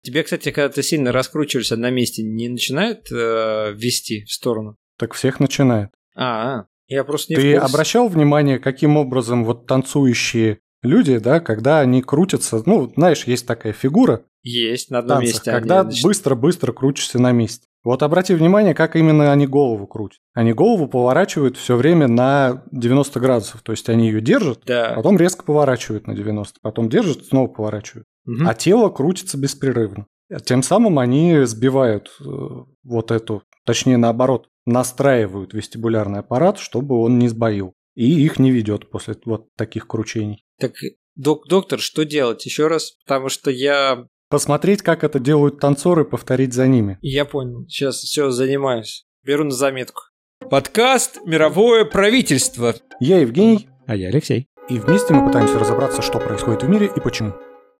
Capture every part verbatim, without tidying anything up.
Тебе, кстати, когда ты сильно раскручиваешься на месте, не начинает э, вести в сторону? Так всех начинает. А, я просто не Ты в курсе. обращал внимание, каким образом вот танцующие люди, да, когда они крутятся, ну, знаешь, есть такая фигура Есть, на в одном танцах, месте. когда они, значит... быстро-быстро крутишься на месте. Вот обрати внимание, как именно они голову крутят. Они голову поворачивают все время на девяносто градусов, то есть они ее держат, да. потом резко поворачивают на девяносто, потом держат, снова поворачивают. Угу. А тело крутится беспрерывно. Тем самым они сбивают э, вот эту, точнее наоборот, настраивают вестибулярный аппарат, чтобы он не сбоил. И их не ведет после вот таких кручений. Так, док- доктор, что делать? Еще раз, потому что я... Посмотреть, как это делают танцоры, повторить за ними. Я понял. Сейчас все занимаюсь. Беру на заметку. Подкаст «Мировое правительство». Я Евгений. А я Алексей. И вместе мы пытаемся разобраться, что происходит в мире и почему.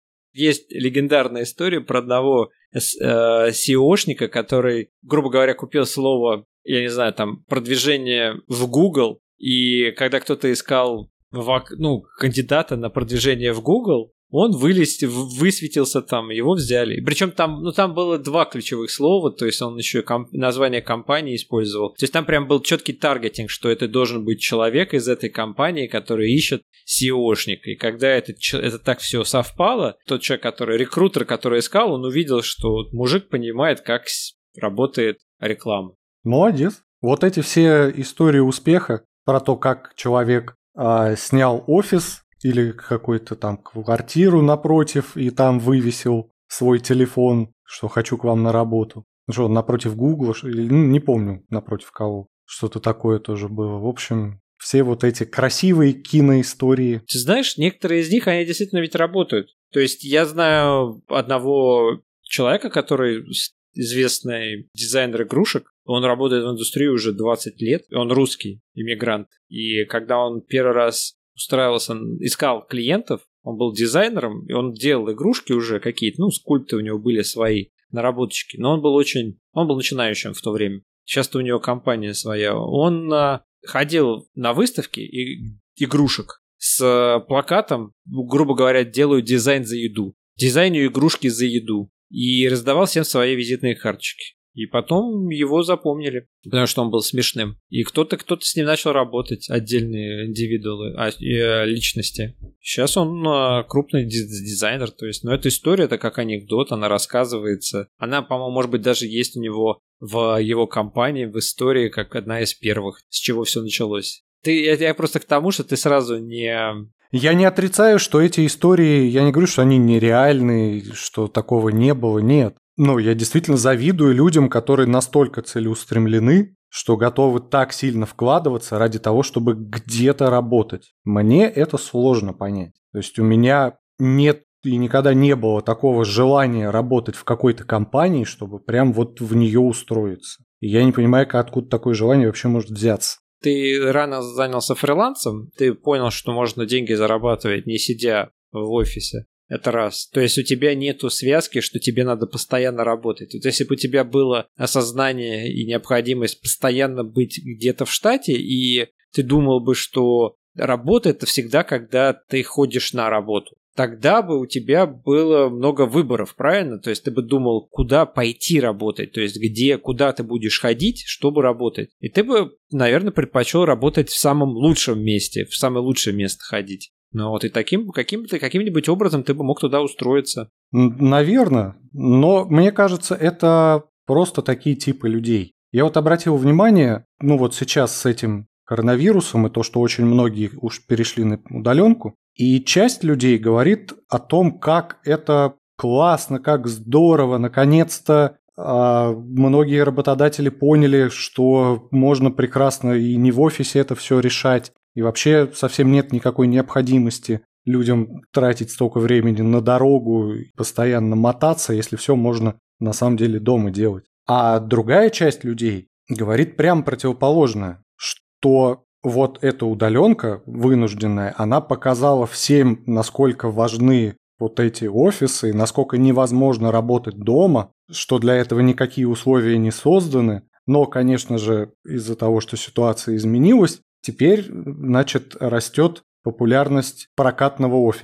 Есть легендарная история про одного э, си и о-шника, который, грубо говоря, купил слово, я не знаю, там, продвижение в Google, и когда кто-то искал ну, кандидата на продвижение в Google, он вылез, высветился там, его взяли. Причем там, ну, там было два ключевых слова, то есть он еще комп- название компании использовал. То есть там прям был четкий таргетинг, что это должен быть человек из этой компании, который ищет си и о-шник. И когда это, это так все совпало, тот человек, который рекрутер, который искал, он увидел, что мужик понимает, как работает реклама. Молодец. Вот эти все истории успеха про то, как человек а, снял офис или какую-то там квартиру напротив, и там вывесил свой телефон, что хочу к вам на работу. Что, напротив Гугла, или ну, не помню, напротив кого. Что-то такое тоже было. В общем, все вот эти красивые киноистории. Ты знаешь, некоторые из них, они действительно ведь работают. То есть я знаю одного человека, который известный дизайнер игрушек, он работает в индустрии уже двадцать лет, он русский иммигрант. И когда он первый раз устраивался, искал клиентов, он был дизайнером, и он делал игрушки уже какие-то, ну, скульпты у него были свои, наработочки, но он был очень, он был начинающим в то время. Сейчас-то у него компания своя. Он а, ходил на выставки и, игрушек с плакатом, грубо говоря, делаю дизайн за еду. Дизайню игрушки за еду. И раздавал всем свои визитные карточки. И потом его запомнили, потому что он был смешным. И кто-то, кто-то с ним начал работать, отдельные индивидуалы, а, э, личности. Сейчас он э, крупный дизайнер, то есть, ну, эта история, это как анекдот, она рассказывается. Она, по-моему, может быть, даже есть у него в его компании, в истории, как одна из первых, с чего все началось. Ты, я, я просто к тому, что ты сразу не... Я не отрицаю, что эти истории, я не говорю, что они нереальные, что такого не было, нет. Ну, я действительно завидую людям, которые настолько целеустремлены, что готовы так сильно вкладываться ради того, чтобы где-то работать. Мне это сложно понять. То есть у меня нет и никогда не было такого желания работать в какой-то компании, чтобы прям вот в нее устроиться. И я не понимаю, откуда такое желание вообще может взяться. Ты рано занялся фрилансом, ты понял, что можно деньги зарабатывать, не сидя в офисе. Это раз. То есть у тебя нету связки, что тебе надо постоянно работать. Вот если бы у тебя было осознание и необходимость постоянно быть где-то в штате, и ты думал бы, что работа – это всегда, когда ты ходишь на работу, тогда бы у тебя было много выборов, правильно? То есть ты бы думал, куда пойти работать, то есть где, куда ты будешь ходить, чтобы работать. И ты бы, наверное, предпочел работать в самом лучшем месте, в самое лучшее место ходить. Ну вот и таким, каким-то, каким-нибудь образом ты бы мог туда устроиться. Наверное, но мне кажется, это просто такие типы людей. Я вот обратил внимание, ну вот сейчас с этим коронавирусом и то, что очень многие уж перешли на удаленку, и часть людей говорит о том, как это классно, как здорово, наконец-то э, многие работодатели поняли, что можно прекрасно и не в офисе это все решать. И вообще совсем нет никакой необходимости людям тратить столько времени на дорогу и постоянно мотаться, если все можно на самом деле дома делать. А другая часть людей говорит прям противоположное, что вот эта удаленка вынужденная, она показала всем, насколько важны вот эти офисы, насколько невозможно работать дома, что для этого никакие условия не созданы. Но, конечно же, из-за того, что ситуация изменилась, теперь, значит, растет популярность прокатного офиса.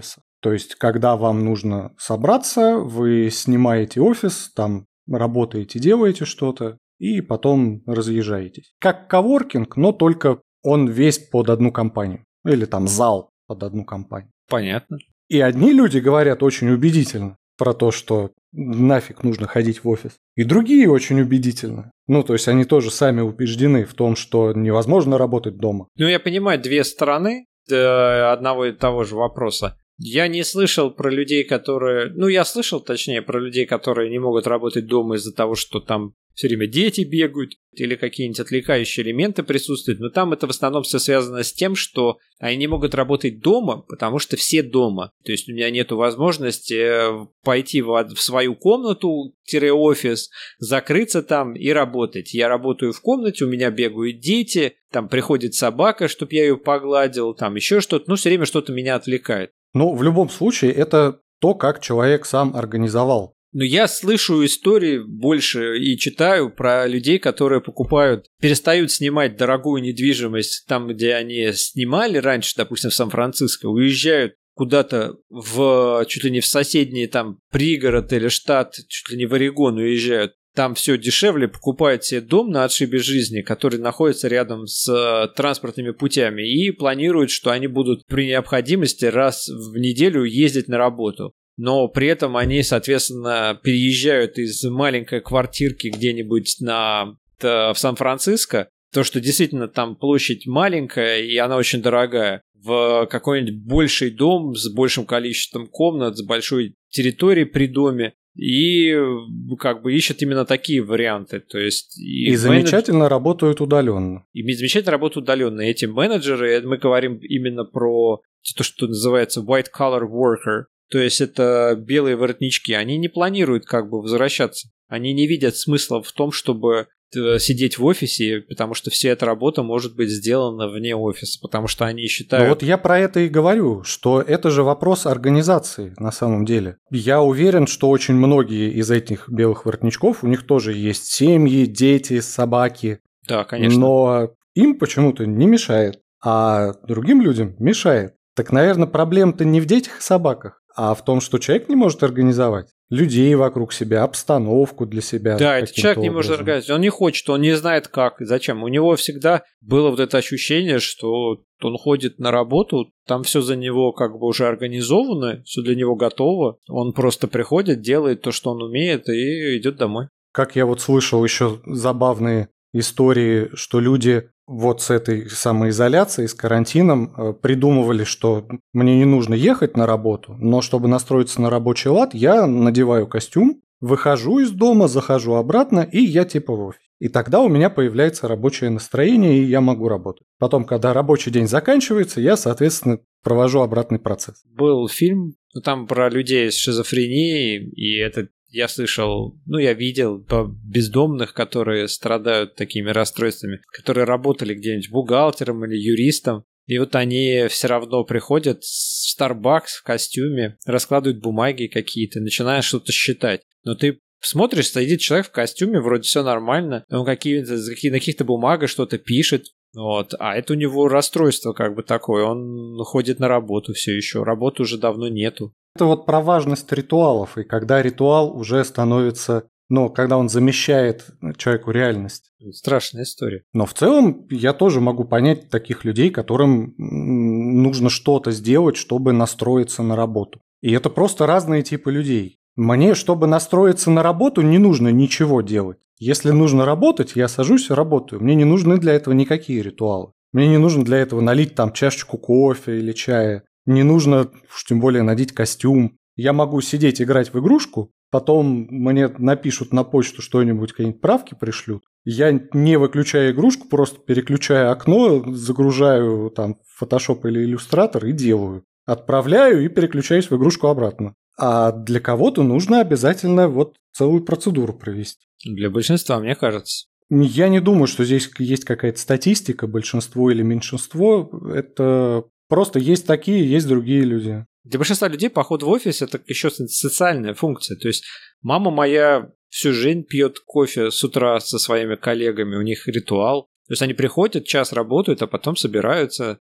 То есть, когда вам нужно собраться, вы снимаете офис, там работаете, делаете что-то, и потом разъезжаетесь. Как коворкинг, но только он весь под одну компанию. Или там зал под одну компанию. Понятно. И одни люди говорят очень убедительно про то, что нафиг нужно ходить в офис. И другие очень убедительно. Ну, то есть они тоже сами убеждены в том, что невозможно работать дома. Ну, я понимаю две стороны одного и того же вопроса. Я не слышал про людей, которые... Ну, я слышал, точнее, про людей, которые не могут работать дома из-за того, что там все время дети бегают или какие-нибудь отвлекающие элементы присутствуют. Но там это в основном все связано с тем, что они не могут работать дома, потому что все дома. То есть у меня нет возможности пойти в свою комнату-офис, закрыться там и работать. Я работаю в комнате, у меня бегают дети, там приходит собака, чтобы я ее погладил, там еще что-то. Ну, все время что-то меня отвлекает. Ну, в любом случае, это то, как человек сам организовал. Но я слышу истории больше и читаю про людей, которые покупают, перестают снимать дорогую недвижимость там, где они снимали раньше, допустим, в Сан-Франциско, уезжают куда-то в чуть ли не в соседний там пригород или штат, чуть ли не в Орегон уезжают. Там все дешевле, покупают себе дом на отшибе жизни, который находится рядом с транспортными путями, и планируют, что они будут при необходимости раз в неделю ездить на работу. Но при этом они, соответственно, переезжают из маленькой квартирки где-нибудь на, в Сан-Франциско, то, что действительно там площадь маленькая и она очень дорогая, в какой-нибудь больший дом с большим количеством комнат, с большой территорией при доме, и как бы ищут именно такие варианты. То есть, и и замечательно менедж... работают удаленно. И замечательно работают удаленно. Эти менеджеры, мы говорим именно про то, что называется white collar worker. То есть это белые воротнички, они не планируют как бы возвращаться. Они не видят смысла в том, чтобы сидеть в офисе, потому что вся эта работа может быть сделана вне офиса, потому что они считают... Ну вот я про это и говорю, что это же вопрос организации на самом деле. Я уверен, что очень многие из этих белых воротничков, у них тоже есть семьи, дети, собаки. Да, конечно. Но им почему-то не мешает, а другим людям мешает. Так, наверное, проблема-то не в детях и собаках, а в том, что человек не может организовать людей вокруг себя, обстановку для себя. Да, этот человек не может организовать, он не хочет, он не знает как, зачем. У него всегда было вот это ощущение, что он ходит на работу, там все за него как бы уже организовано, все для него готово, он просто приходит, делает то, что он умеет, и идет домой. Как я вот слышал еще забавные истории, что люди вот с этой самоизоляцией, с карантином придумывали, что мне не нужно ехать на работу, но чтобы настроиться на рабочий лад, я надеваю костюм, выхожу из дома, захожу обратно, и я типа в офис. И тогда у меня появляется рабочее настроение, и я могу работать. Потом, когда рабочий день заканчивается, я, соответственно, провожу обратный процесс. Был фильм, ну, там про людей с шизофренией, и это я слышал, ну, я видел бездомных, которые страдают такими расстройствами, которые работали где-нибудь бухгалтером или юристом, и вот они все равно приходят в Starbucks в костюме, раскладывают бумаги какие-то, начинают что-то считать. Но ты смотришь, сидит человек в костюме, вроде все нормально, он какие-то, на каких-то бумагах что-то пишет, вот, а это у него расстройство как бы такое, он ходит на работу все еще, работы уже давно нету. Это вот про важность ритуалов, и когда ритуал уже становится, ну, когда он замещает человеку реальность. Страшная история. Но в целом я тоже могу понять таких людей, которым нужно что-то сделать, чтобы настроиться на работу. И это просто разные типы людей. Мне, чтобы настроиться на работу, не нужно ничего делать. Если нужно работать, я сажусь и работаю. Мне не нужны для этого никакие ритуалы. Мне не нужно для этого налить там чашечку кофе или чая. Не нужно, уж тем более, надеть костюм. Я могу сидеть играть в игрушку, потом мне напишут на почту что-нибудь, какие-нибудь правки пришлют. Я, не выключая игрушку, просто переключаю окно, загружаю там Photoshop или Illustrator и делаю. Отправляю и переключаюсь в игрушку обратно. А для кого-то нужно обязательно вот целую процедуру провести. Для большинства, мне кажется. Я не думаю, что здесь есть какая-то статистика, большинство или меньшинство. Это... Просто есть такие, есть другие люди. Для большинства людей поход в офис – это еще социальная функция. То есть мама моя всю жизнь пьет кофе с утра со своими коллегами, у них ритуал. То есть они приходят, час работают, а потом собираются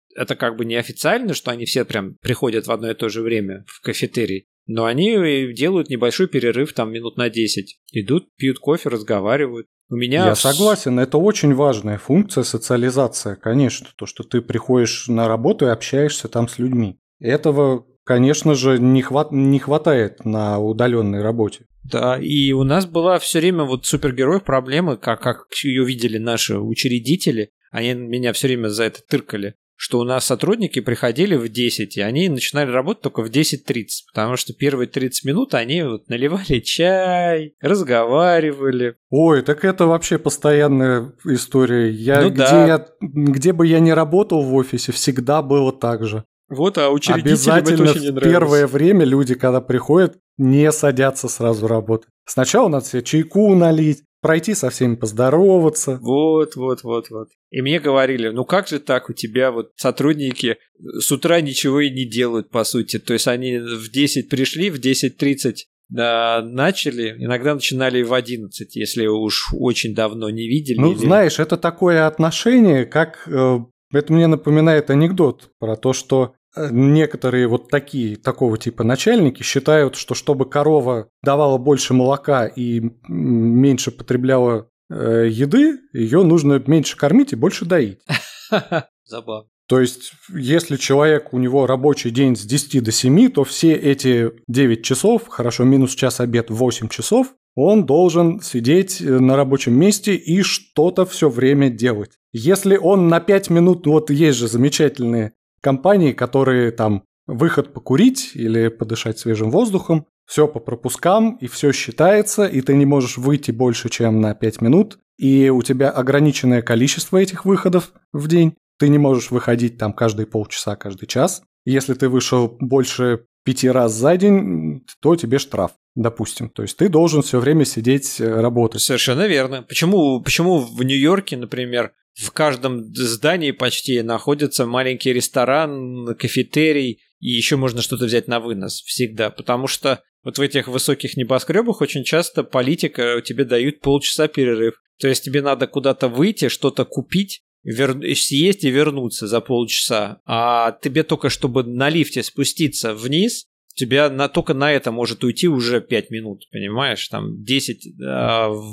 это как бы неофициально, что они все прям приходят в одно и то же время в кафетерий, но они делают небольшой перерыв, там минут на десять. Идут, пьют кофе, разговаривают. У меня... Я согласен, это очень важная функция, социализация, конечно, то, что ты приходишь на работу и общаешься там с людьми. Этого, конечно же, не, хват... не хватает на удаленной работе. Да, и у нас была все время вот супергероев проблема, как, как ее видели наши учредители, они меня все время за это тыркали, что у нас сотрудники приходили в десять, и они начинали работать только в десять тридцать, потому что первые тридцать минут они вот наливали чай, разговаривали. Ой, так это вообще постоянная история. Я, ну, где, да. я, где бы я ни работал в офисе, всегда было так же. Вот, а учредителям обязательно это очень не нравилось. В первое время люди, когда приходят, не садятся сразу работать. Сначала надо себе чайку налить, пройти со всеми поздороваться. Вот, вот, вот, вот. И мне говорили, ну как же так, у тебя вот сотрудники с утра ничего и не делают, по сути. То есть они в десять пришли, в десять тридцать да, начали, иногда начинали в одиннадцать, если уж очень давно не видели. Ну, или... знаешь, это такое отношение, как... Э, это мне напоминает анекдот про то, что некоторые вот такие, такого типа начальники считают, что чтобы корова давала больше молока и меньше потребляла э, еды, ее нужно меньше кормить и больше доить. Забавно. То есть, если человек, у него рабочий день с десяти до семи, то все эти девять часов, хорошо, минус час обед, восемь часов, он должен сидеть на рабочем месте и что-то все время делать. Если он на пять минут, вот есть же замечательные компании, которые там выход покурить или подышать свежим воздухом, все по пропускам, и все считается, и ты не можешь выйти больше, чем на пять минут, и у тебя ограниченное количество этих выходов в день, ты не можешь выходить там каждые полчаса, каждый час. Если ты вышел больше пяти раз за день, то тебе штраф, допустим. То есть ты должен все время сидеть, работать. Совершенно верно. Почему, почему в Нью-Йорке, например, в каждом здании почти находится маленький ресторан, кафетерий, и еще можно что-то взять на вынос всегда, потому что вот в этих высоких небоскребах очень часто политика тебе дают полчаса перерыв. То есть тебе надо куда-то выйти, что-то купить, вер... съесть и вернуться за полчаса. А тебе только чтобы на лифте спуститься вниз, у тебя на... только на это может уйти уже пять минут, понимаешь? Там десять а, в...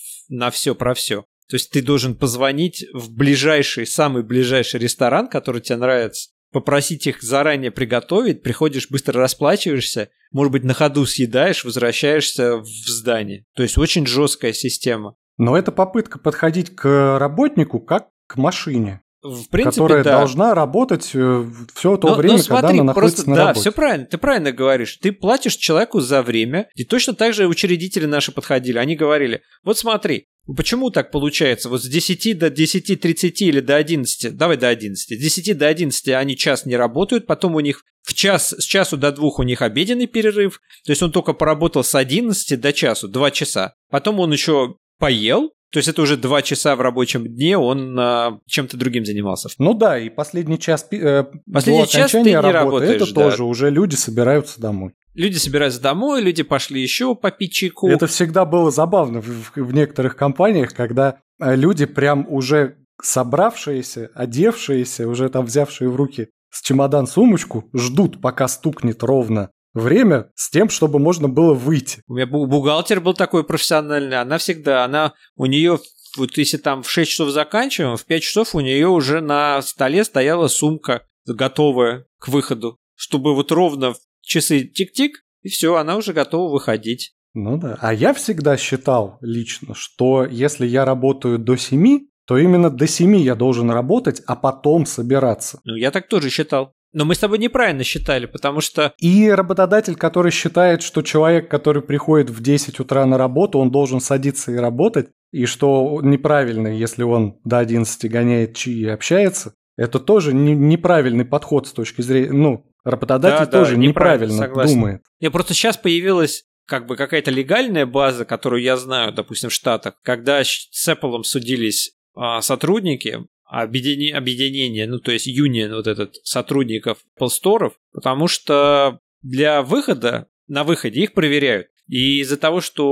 на все про все. То есть ты должен позвонить в ближайший, самый ближайший ресторан, который тебе нравится, попросить их заранее приготовить, приходишь, быстро расплачиваешься, может быть, на ходу съедаешь, возвращаешься в здание. То есть очень жесткая система. Но это попытка подходить к работнику как к машине. В принципе, которая да. должна работать все то но, время, но смотри, когда она находится просто, на да, работе. Все правильно, ты правильно говоришь. Ты платишь человеку за время, и точно так же учредители наши подходили. Они говорили, вот смотри, почему так получается? Вот с десяти до десяти тридцати или до одиннадцати, давай до одиннадцати, с десяти до одиннадцати они час не работают, потом у них в час, с часу до двух у них обеденный перерыв, то есть он только поработал с одиннадцати до часу, два часа. Потом он еще поел, то есть это уже два часа в рабочем дне, он а, чем-то другим занимался. Ну да, и последний час э, последний до час окончания ты не работы, работаешь, это да. тоже уже люди собираются домой. Люди собираются домой, люди пошли еще попить чайку. Это всегда было забавно в, в некоторых компаниях, когда люди прям уже собравшиеся, одевшиеся, уже там взявшие в руки с чемодан сумочку, ждут, пока стукнет ровно время с тем, чтобы можно было выйти. У меня бухгалтер был такой профессиональный, она всегда, она, у нее, вот если там в шесть часов заканчиваем, в пять часов у нее уже на столе стояла сумка, готовая к выходу, чтобы вот ровно в часы тик-тик, и все, она уже готова выходить. Ну да, а я всегда считал лично, что если я работаю до семи, то именно до семи я должен работать, а потом собираться. Ну, я так тоже считал. Но мы с тобой неправильно считали, потому что... И работодатель, который считает, что человек, который приходит в десять утра на работу, он должен садиться и работать, и что неправильно, если он до одиннадцати гоняет чаи и общается, это тоже не, неправильный подход с точки зрения... Ну, работодатель да, тоже да, неправильно согласен. думает. Я просто сейчас появилась как бы какая-то легальная база, которую я знаю, допустим, в Штатах, когда с Apple судились а, сотрудники, Объединение, объединение, ну то есть юнион вот этот сотрудников Apple Store, потому что для выхода, на выходе их проверяют. И из-за того, что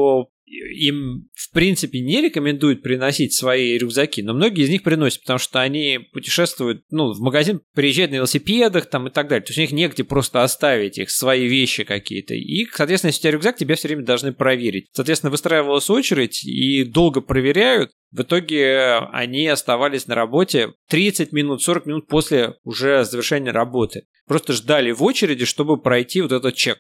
им, в принципе, не рекомендуют приносить свои рюкзаки, но многие из них приносят, потому что они путешествуют, ну, в магазин приезжают на велосипедах там и так далее. То есть у них негде просто оставить их, свои вещи какие-то. И, соответственно, если у тебя рюкзак, тебя все время должны проверить. Соответственно, выстраивалась очередь и долго проверяют. В итоге они оставались на работе тридцать минут, сорок минут после уже завершения работы. Просто ждали в очереди, чтобы пройти вот этот чек.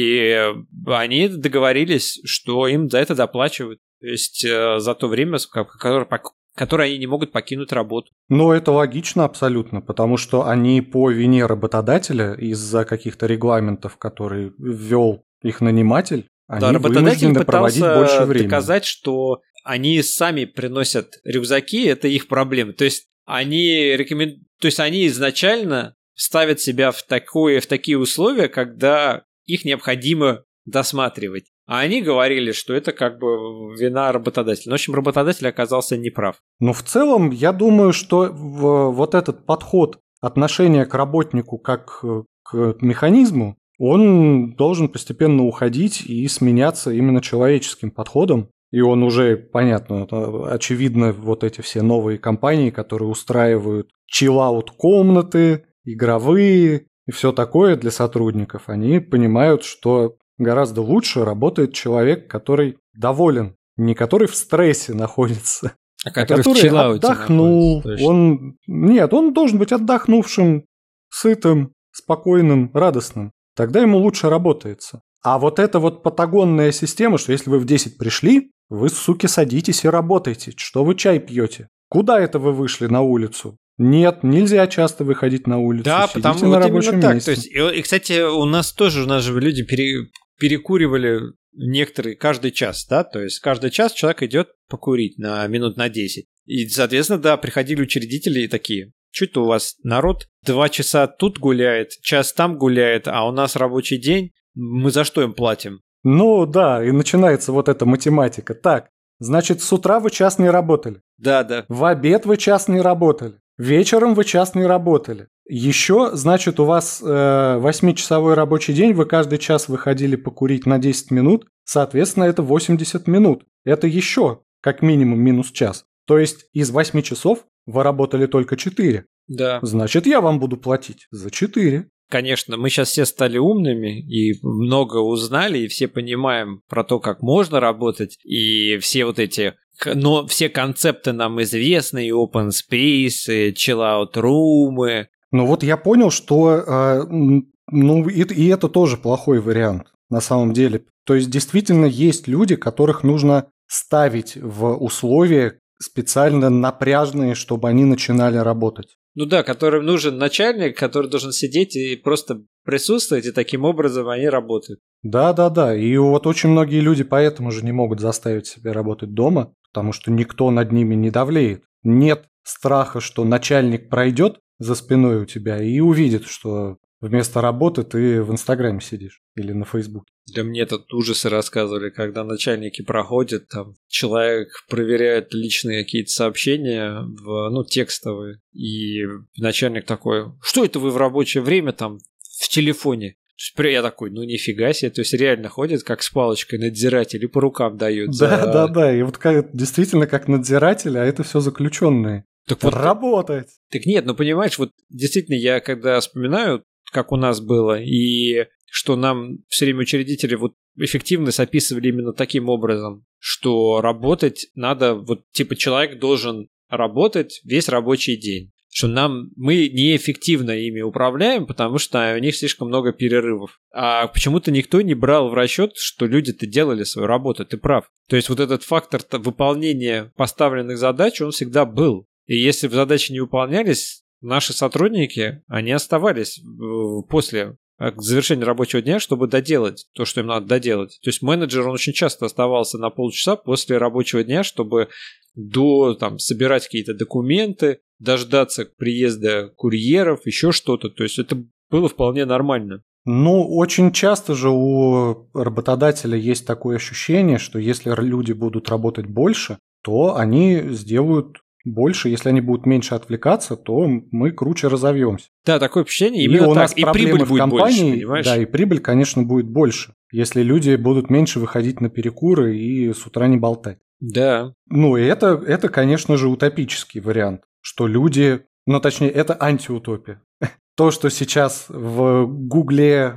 И они договорились, что им за это доплачивают. То есть за то время, которое, которое они не могут покинуть работу. Ну, это логично абсолютно, потому что они по вине работодателя из-за каких-то регламентов, которые ввел их наниматель, они да, вынуждены проводить больше времени. Доказать, что они сами приносят рюкзаки, это их проблема. То есть они рекомен... То есть они изначально ставят себя в, такое, в такие условия, когда их необходимо досматривать. А они говорили, что это как бы вина работодателя. В общем, работодатель оказался неправ. Но в целом, я думаю, что вот этот подход отношения к работнику как к механизму, он должен постепенно уходить и сменяться именно человеческим подходом. И он уже, понятно, очевидно, вот эти все новые компании, которые устраивают чилл-аут-комнаты, игровые и все такое для сотрудников, они понимают, что гораздо лучше работает человек, который доволен, не который в стрессе находится, а который, а который отдохнул. Он... Нет, он должен быть отдохнувшим, сытым, спокойным, радостным. Тогда ему лучше работается. А вот эта вот патагонная система, что если вы в десять пришли, вы, суки, садитесь и работаете. Что вы чай пьете? Куда это вы вышли на улицу? Нет, нельзя часто выходить на улицу. Да, сидите потому на вот рабочем именно так. месте. То есть, и, и, кстати, у нас тоже, у нас же люди пере, перекуривали некоторые каждый час, да, то есть каждый час человек идет покурить на минут на десять. И, соответственно, да, приходили учредители и такие: что это у вас народ два часа тут гуляет, час там гуляет, а у нас рабочий день, мы за что им платим? Ну да, и начинается вот эта математика. Так, значит, с утра вы час не работали. Да, да. В обед вы час не работали. Вечером вы час не работали. Еще, значит, у вас э, восьмичасовой рабочий день, вы каждый час выходили покурить на десять минут, соответственно, это восемьдесят минут. Это еще как минимум минус час. То есть из восьми часов вы работали только четыре. Да. Значит, я вам буду платить за четыре. Конечно, мы сейчас все стали умными и много узнали, и все понимаем про то, как можно работать, и все вот эти, но все концепты нам известны, и open space, и chill out room. Ну вот я понял, что э, ну и, и это тоже плохой вариант на самом деле. То есть действительно есть люди, которых нужно ставить в условия специально напряжные, чтобы они начинали работать. Ну да, которым нужен начальник, который должен сидеть и просто присутствовать, и таким образом они работают. Да-да-да, и вот очень многие люди поэтому же не могут заставить себя работать дома, потому что никто над ними не давлеет. Нет страха, что начальник пройдет за спиной у тебя и увидит, что вместо работы ты в Инстаграме сидишь или на Фейсбуке. Да мне тут ужасы рассказывали, когда начальники проходят, там человек проверяет личные какие-то сообщения, в, ну, текстовые, и начальник такой: что это вы в рабочее время там в телефоне? Я такой: ну нифига себе, то есть реально ходит как с палочкой надзиратель и по рукам дают. Да, за... да, да, и вот как, действительно как надзиратель, а это все заключенные. Так вот, работать. Так нет, ну понимаешь, вот действительно я когда вспоминаю, как у нас было, и что нам все время учредители вот эффективность описывали именно таким образом, что работать надо, вот типа человек должен работать весь рабочий день, что нам, мы неэффективно ими управляем, потому что у них слишком много перерывов. А почему-то никто не брал в расчет, что люди-то делали свою работу, ты прав. То есть вот этот фактор выполнения поставленных задач, он всегда был. И если задачи не выполнялись, наши сотрудники, они оставались после завершения рабочего дня, чтобы доделать то, что им надо доделать. То есть менеджер, он очень часто оставался на полчаса после рабочего дня, чтобы до, там, собирать какие-то документы, дождаться приезда курьеров, еще что-то. То есть это было вполне нормально. Ну, очень часто же у работодателя есть такое ощущение, что если люди будут работать больше, то они сделают больше, если они будут меньше отвлекаться, то мы круче разовьемся. Да, такое впечатление именно и у так. Нас и прибыль в будет компании, больше, понимаешь? Да, и прибыль, конечно, будет больше, если люди будут меньше выходить на перекуры и с утра не болтать. Да. Ну, и это, это, конечно же, утопический вариант, что люди, ну, точнее, это антиутопия. То, что сейчас в Гугле,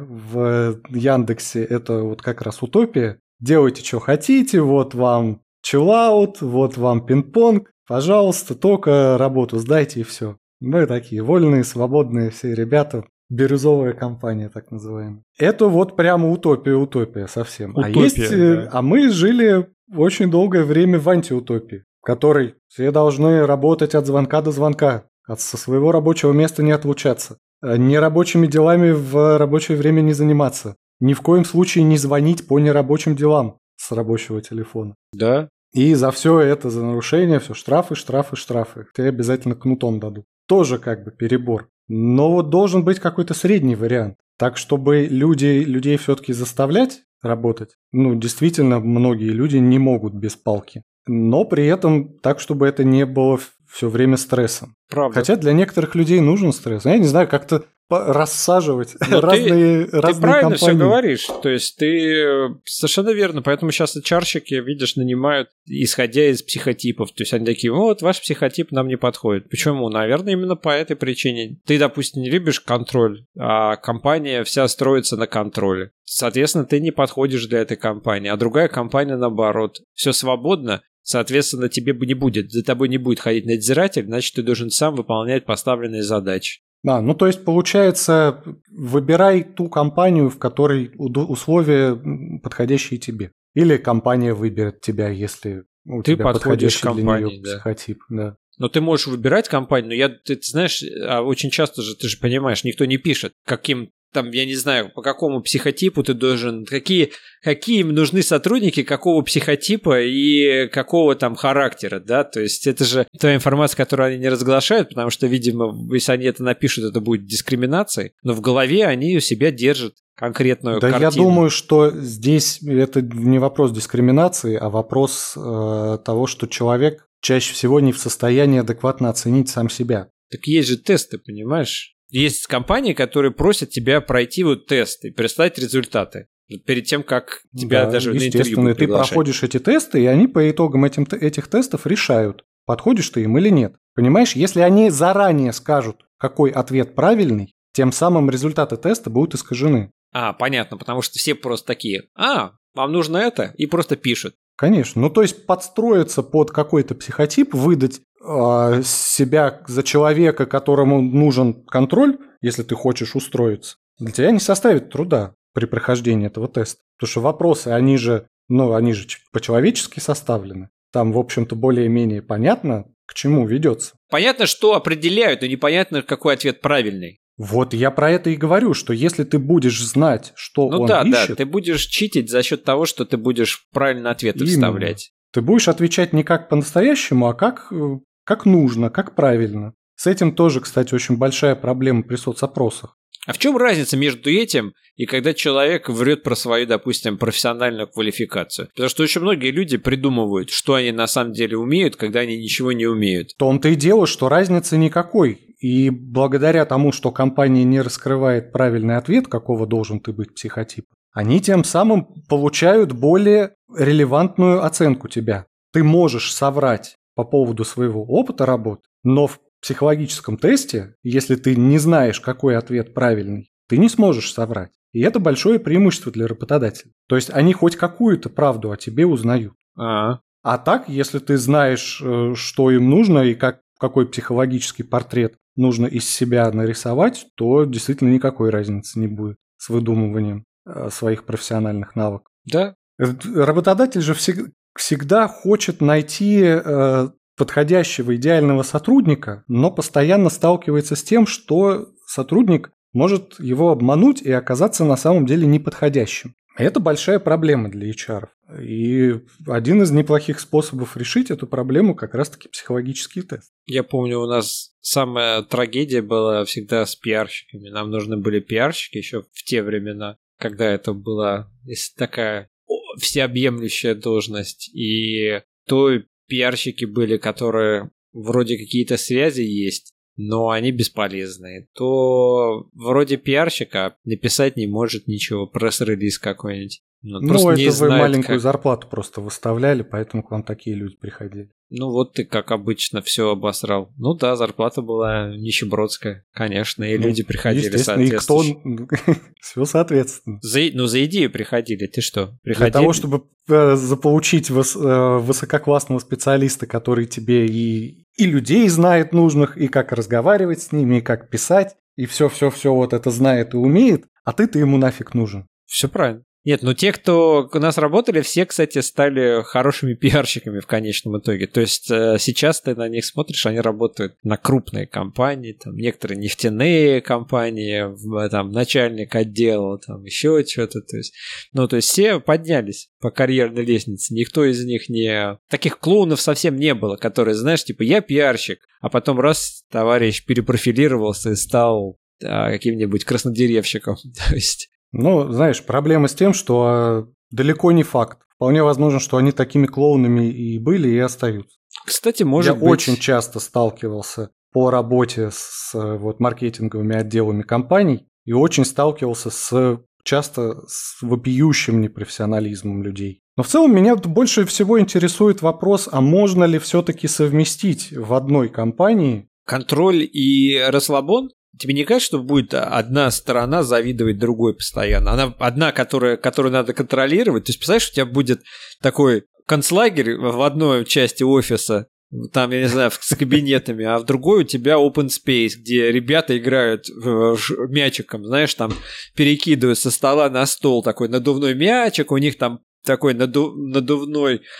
в Яндексе, это вот как раз утопия. Делайте, что хотите, вот вам чиллаут, вот вам пинг-понг, пожалуйста, только работу сдайте и все. Мы такие вольные, свободные все ребята, бирюзовая компания так называемая. Это вот прямо утопия-утопия совсем. Утопия, а, есть, да. а мы жили очень долгое время в антиутопии, в которой все должны работать от звонка до звонка, от со своего рабочего места не отлучаться, нерабочими делами в рабочее время не заниматься, ни в коем случае не звонить по нерабочим делам с рабочего телефона. Да. И за все это, за нарушение, все штрафы, штрафы, штрафы. Тебе обязательно кнутом дадут. Тоже как бы перебор. Но вот должен быть какой-то средний вариант. Так, чтобы люди, людей все-таки заставлять работать. Ну, действительно, многие люди не могут без палки. Но при этом так, чтобы это не было все время стрессом. Правда. Хотя для некоторых людей нужен стресс. Я не знаю, как-то рассаживать Но разные, ты, разные ты правильно компании. все говоришь. То есть ты совершенно верно. Поэтому сейчас эйч ар-щики, видишь, нанимают, исходя из психотипов. То есть они такие, вот ваш психотип нам не подходит. Почему? Наверное, именно по этой причине. Ты, допустим, не любишь контроль, а компания вся строится на контроле. Соответственно, ты не подходишь для этой компании. А другая компания, наоборот, все свободно. Соответственно, тебе не будет, за тобой не будет ходить надзиратель, значит, ты должен сам выполнять поставленные задачи. Да, ну то есть получается, выбирай ту компанию, в которой условия подходящие тебе. Или компания выберет тебя, если у ты тебя подходишь к подходящий компании, для нее да. психотип. Да. Но ты можешь выбирать компанию, но я, ты, ты знаешь, очень часто же, ты же понимаешь, никто не пишет, каким там, я не знаю, по какому психотипу ты должен, какие, какие им нужны сотрудники, какого психотипа и какого там характера, да, то есть это же та информация, которую они не разглашают, потому что, видимо, если они это напишут, это будет дискриминацией, но в голове они у себя держат конкретную да, картину. Я думаю, что здесь это не вопрос дискриминации, а вопрос э, того, что человек чаще всего не в состоянии адекватно оценить сам себя. Так есть же тесты, понимаешь? Есть компании, которые просят тебя пройти вот тест и представить результаты перед тем, как тебя да, даже на интервью естественно, будут ты приглашать. проходишь эти тесты, и они по итогам этим, этих тестов решают, подходишь ты им или нет. Понимаешь, если они заранее скажут, какой ответ правильный, тем самым результаты теста будут искажены. А, понятно, потому что все просто такие, а, вам нужно это, и просто пишут. Конечно, ну то есть подстроиться под какой-то психотип, выдать э, себя за человека, которому нужен контроль, если ты хочешь устроиться, для тебя не составит труда при прохождении этого теста. Потому что вопросы, они же, ну, они же по-человечески составлены. Там, в общем-то, более-менее понятно, к чему ведется. Понятно, что определяют, но непонятно, какой ответ правильный. Вот я про это и говорю, что если ты будешь знать, что ну, он да, ищет... Ну да, ты будешь читить за счет того, что ты будешь правильно ответы Именно. вставлять. Ты будешь отвечать не как по-настоящему, а как, как нужно, как правильно. С этим тоже, кстати, очень большая проблема при соцопросах. А в чем разница между этим и когда человек врет про свою, допустим, профессиональную квалификацию? Потому что очень многие люди придумывают, что они на самом деле умеют, когда они ничего не умеют. В том-то и дело, что разницы никакой. И благодаря тому, что компания не раскрывает правильный ответ, какого должен ты быть психотип, они тем самым получают более релевантную оценку тебя. Ты можешь соврать по поводу своего опыта работы, но в психологическом тесте, если ты не знаешь, какой ответ правильный, ты не сможешь соврать. И это большое преимущество для работодателя. То есть они хоть какую-то правду о тебе узнают. А-а. А так, если ты знаешь, что им нужно и как, какой психологический портрет нужно из себя нарисовать, то действительно никакой разницы не будет с выдумыванием своих профессиональных навыков. Да. Работодатель же всегда, всегда хочет найти э, подходящего идеального сотрудника, но постоянно сталкивается с тем, что сотрудник может его обмануть и оказаться на самом деле неподходящим. Это большая проблема для эйч ар. И один из неплохих способов решить эту проблему как раз-таки психологический тест. Я помню, у нас самая трагедия была всегда с пиарщиками. Нам нужны были пиарщики еще в те времена, когда это была такая всеобъемлющая должность. И то пиарщики были, которые вроде какие-то связи есть, но они бесполезные, то вроде пиарщика написать не может ничего, пресс-релиз какой-нибудь. Ну, ну это вы знает, маленькую как... зарплату просто выставляли, поэтому к вам такие люди приходили. Ну, вот ты, как обычно, все обосрал. Ну да, зарплата была нищебродская, конечно, и ну, люди приходили соответственно. И кто... Все соответственно. За... Ну, за идею приходили, ты что? Приходили? Для того, чтобы э, заполучить выс... э, высококлассного специалиста, который тебе и... и людей знает нужных, и как разговаривать с ними, и как писать, и все-все-все вот это знает и умеет, а ты-то ему нафиг нужен. Все правильно. Нет, ну те, кто у нас работали, все, кстати, стали хорошими пиарщиками в конечном итоге. То есть э, сейчас ты на них смотришь, они работают на крупные компании, там некоторые нефтяные компании, там начальник отдела, там еще что-то. То есть, ну, то есть все поднялись по карьерной лестнице. Никто из них не... Таких клоунов совсем не было, которые, знаешь, типа, я пиарщик, а потом раз товарищ перепрофилировался и стал да, каким-нибудь краснодеревщиком. То есть... Ну, знаешь, проблема с тем, что далеко не факт. Вполне возможно, что они такими клоунами и были, и остаются. Кстати, может Я быть... очень часто сталкивался по работе с вот, маркетинговыми отделами компаний и очень сталкивался с часто с вопиющим непрофессионализмом людей. Но в целом меня больше всего интересует вопрос, а можно ли все-таки совместить в одной компании контроль и расслабон? Тебе не кажется, что будет одна сторона завидовать другой постоянно? Она одна, которая, которую надо контролировать. То есть, представляешь, у тебя будет такой концлагерь в одной части офиса, там, я не знаю, с кабинетами, а в другой у тебя open space, где ребята играют мячиком, знаешь, там перекидывают со стола на стол такой надувной мячик, у них там такой наду- надувной, э,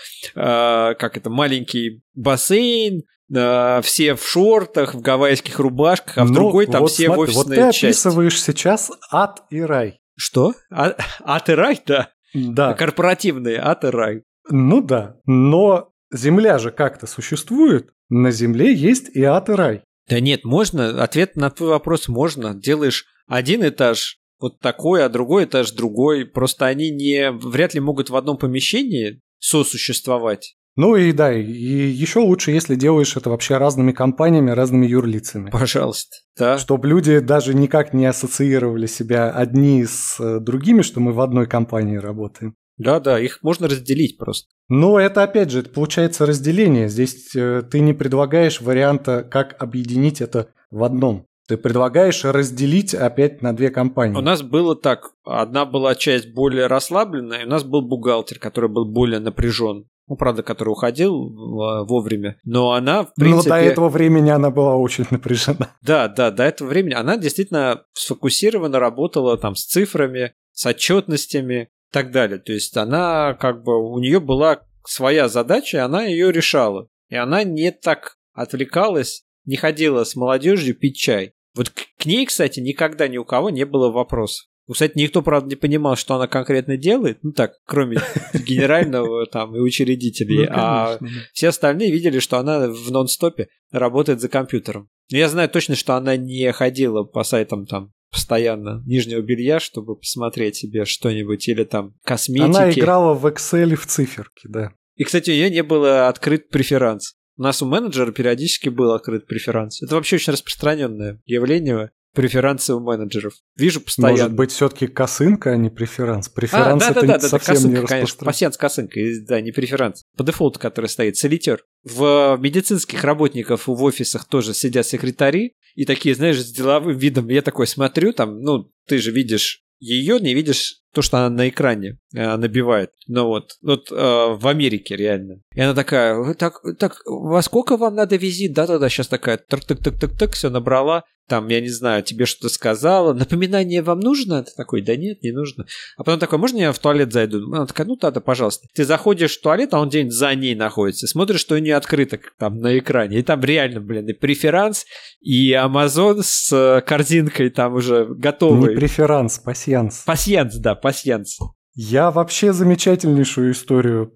как это, маленький бассейн, Uh, все в шортах, в гавайских рубашках, а в ну, другой там вот все смотри, в офисной части. Вот ты описываешь части. Сейчас ад и рай. Что? А, ад и рай, да? Да. Корпоративные ад и рай. Ну да, но земля же как-то существует. На земле есть и ад и рай. Да нет, можно, ответ на твой вопрос можно. Делаешь один этаж вот такой, а другой этаж другой. Просто они не, вряд ли могут в одном помещении сосуществовать. Ну и да, и еще лучше, если делаешь это вообще разными компаниями, разными юрлицами. Пожалуйста, да. Чтобы люди даже никак не ассоциировали себя одни с другими, что мы в одной компании работаем. Да-да, их можно разделить просто. Но это опять же, это получается разделение. Здесь э, ты не предлагаешь варианта, как объединить это в одном. Ты предлагаешь разделить опять на две компании. У нас было так, одна была часть более расслабленная, и у нас был бухгалтер, который был более напряжен. Ну, правда, который уходил вовремя, но она, в принципе... Но до этого времени она была очень напряжена. Да, да, до этого времени она действительно сфокусированно работала там с цифрами, с отчетностями и так далее. То есть она как бы, у нее была своя задача, и она ее решала. И она не так отвлекалась, не ходила с молодежью пить чай. Вот к, к ней, кстати, никогда ни у кого не было вопросов. Кстати, никто, правда, не понимал, что она конкретно делает, ну так, кроме генерального там и учредителей, ну, а все остальные видели, что она в нон-стопе работает за компьютером. Но я знаю точно, что она не ходила по сайтам там постоянно нижнего белья, чтобы посмотреть себе что-нибудь или там косметики. Она играла в Excel и в циферки, да. И, кстати, у нее не было открыт преферанс. У нас у менеджера периодически был открыт преферанс. Это вообще очень распространенное явление. Преферансы у менеджеров. Вижу постоянно. Может быть, все-таки косынка, а не преферанс. Преферанс а, да, это да, да, совсем косынка, не распространен. Конечно, пассианс косынка, да, не преферанс. По дефолту, который стоит, солитер. В медицинских работников в офисах тоже сидят секретари, и такие, знаешь, с деловым видом. Я такой смотрю, там, ну, ты же видишь ее, не видишь то, что она на экране э, набивает. Ну вот, вот э, в Америке реально. И она такая, так, так, во сколько вам надо визит? Да-да-да, сейчас такая, так-так-так-так-так, все набрала. Там, я не знаю, тебе что-то сказала. Напоминание вам нужно? Ты такой, да нет, не нужно. А потом такой, можно я в туалет зайду? Она такая, ну да, да, пожалуйста. Ты заходишь в туалет, а он где-нибудь за ней находится. Смотришь, что у нее открыто там на экране. И там реально, блин, и преферанс, и Amazon с корзинкой там уже готовый. Не преферанс, пассианс. Пассианс, да, пассианс. Я вообще замечательнейшую историю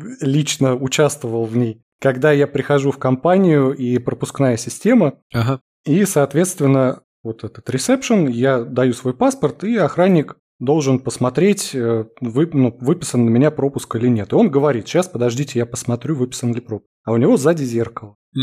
лично участвовал в ней. Когда я прихожу в компанию и пропускная система, ага. И, соответственно, вот этот ресепшн, я даю свой паспорт, и охранник должен посмотреть, вы, ну, выписан на меня пропуск или нет. И он говорит, сейчас, подождите, я посмотрю, выписан ли пропуск. А у него сзади зеркало. Mm.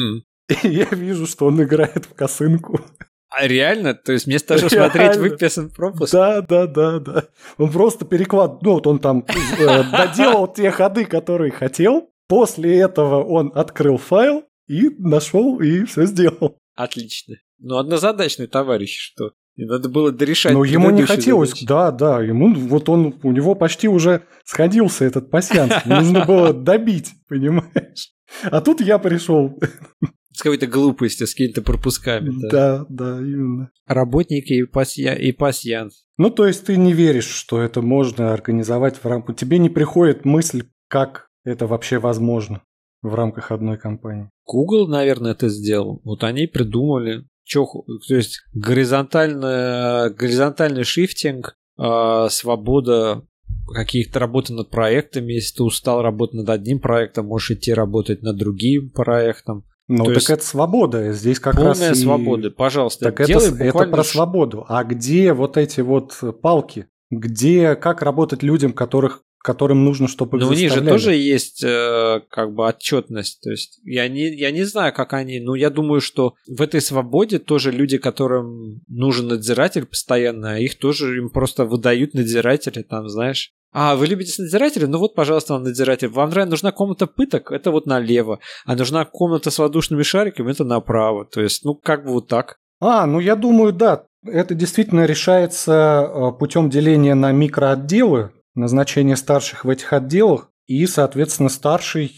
И я вижу, что он играет в косынку. А реально? То есть вместо того, чтобы смотреть выписан пропуск? Да, да, да, да. Он просто переклад... Ну, вот он там э, доделал те ходы, которые хотел. После этого он открыл файл и нашел, и все сделал. Отлично. Ну, однозадачный товарищ, что? И надо было дорешать. Но ему не хотелось, задачи. да, да, ему вот он, у него почти уже сходился этот пасьянс. Нужно было добить, понимаешь? А тут я пришел. С какой-то глупостью, с какими-то пропусками. Да, да, да, именно. Работники и, пасья... и пасьянс. Ну, то есть ты не веришь, что это можно организовать в рамках... Тебе не приходит мысль, как это вообще возможно в рамках одной компании. Google, наверное, это сделал. Вот они придумали. Чё, то есть горизонтальный, горизонтальный шифтинг, э, свобода каких-то работы над проектами. Если ты устал работать над одним проектом, можешь идти работать над другим проектом. Ну, то так есть это свобода. Здесь как полная раз и... свобода. Пожалуйста, так делай это, буквально... это про свободу. А где вот эти вот палки? Где, как работать людям, которых, которым нужно, чтобы их Но у них же заставляли? тоже есть э, как бы отчетность. То есть я не, я не знаю, как они... Ну, я думаю, что в этой свободе тоже люди, которым нужен надзиратель постоянно, их тоже им просто выдают надзиратели, там, знаешь. А, вы любите надзирателя? Ну вот, пожалуйста, вам надзиратель. Вам нужна комната пыток? Это вот налево. А нужна комната с воздушными шариками? Это направо. То есть, ну, как бы вот так. А, ну я думаю, да. Это действительно решается путем деления на микроотделы, назначение старших в этих отделах, и, соответственно, старший,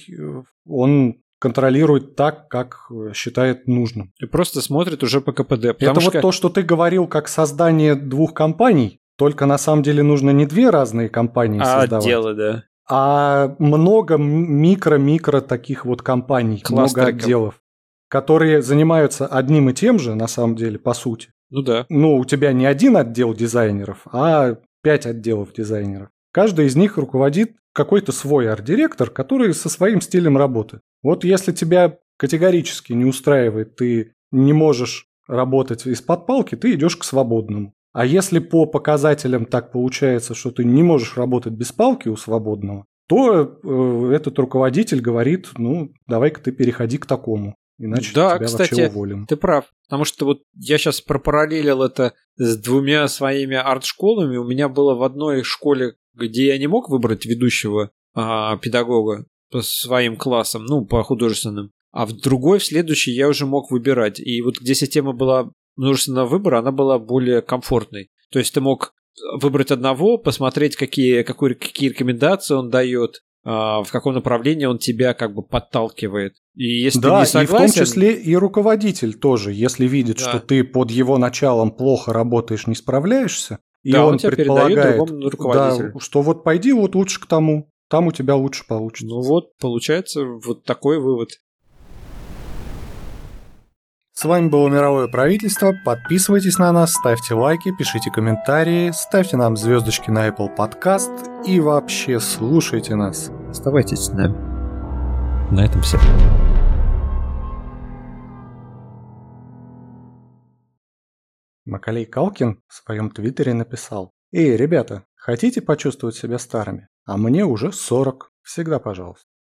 он контролирует так, как считает нужным. И просто смотрит уже по ка пэ дэ. Это что... вот то, что ты говорил, как создание двух компаний. Только на самом деле нужно не две разные компании а создавать, отделы, да. а много микро-микро таких вот компаний, много Кластериков. отделов, которые занимаются одним и тем же, на самом деле, по сути. Ну да. Ну, у тебя не один отдел дизайнеров, а пять отделов дизайнеров. Каждый из них руководит какой-то свой арт-директор, который со своим стилем работает. Вот если тебя категорически не устраивает, ты не можешь работать из-под палки, ты идешь к свободному. А если по показателям так получается, что ты не можешь работать без палки у свободного, то э, этот руководитель говорит, ну, давай-ка ты переходи к такому, иначе да, тебя кстати, вообще уволим. Ты прав, потому что вот я сейчас пропараллелил это с двумя своими арт-школами. У меня было в одной школе, где я не мог выбрать ведущего а, педагога по своим классам, ну, по художественным, а в другой, в следующей я уже мог выбирать. И вот где система была множественного выбора, она была более комфортной. То есть ты мог выбрать одного, посмотреть, какие, какой, какие рекомендации он дает, в каком направлении он тебя как бы подталкивает. И если да, ты не согласен... и в том числе и руководитель тоже, если видит, да. что ты под его началом плохо работаешь, не справляешься, и да, он, он тебя предполагает, руководителю. Да, что вот пойди вот лучше к тому, там у тебя лучше получится. Ну вот, получается вот такой вывод. С вами было Мировое правительство. Подписывайтесь на нас, ставьте лайки, пишите комментарии, ставьте нам звездочки на Apple Podcast и вообще слушайте нас. Оставайтесь с нами. На этом все. Макалей Калкин в своем твиттере написал: «Эй, ребята, хотите почувствовать себя старыми? А мне уже сорок. Всегда пожалуйста».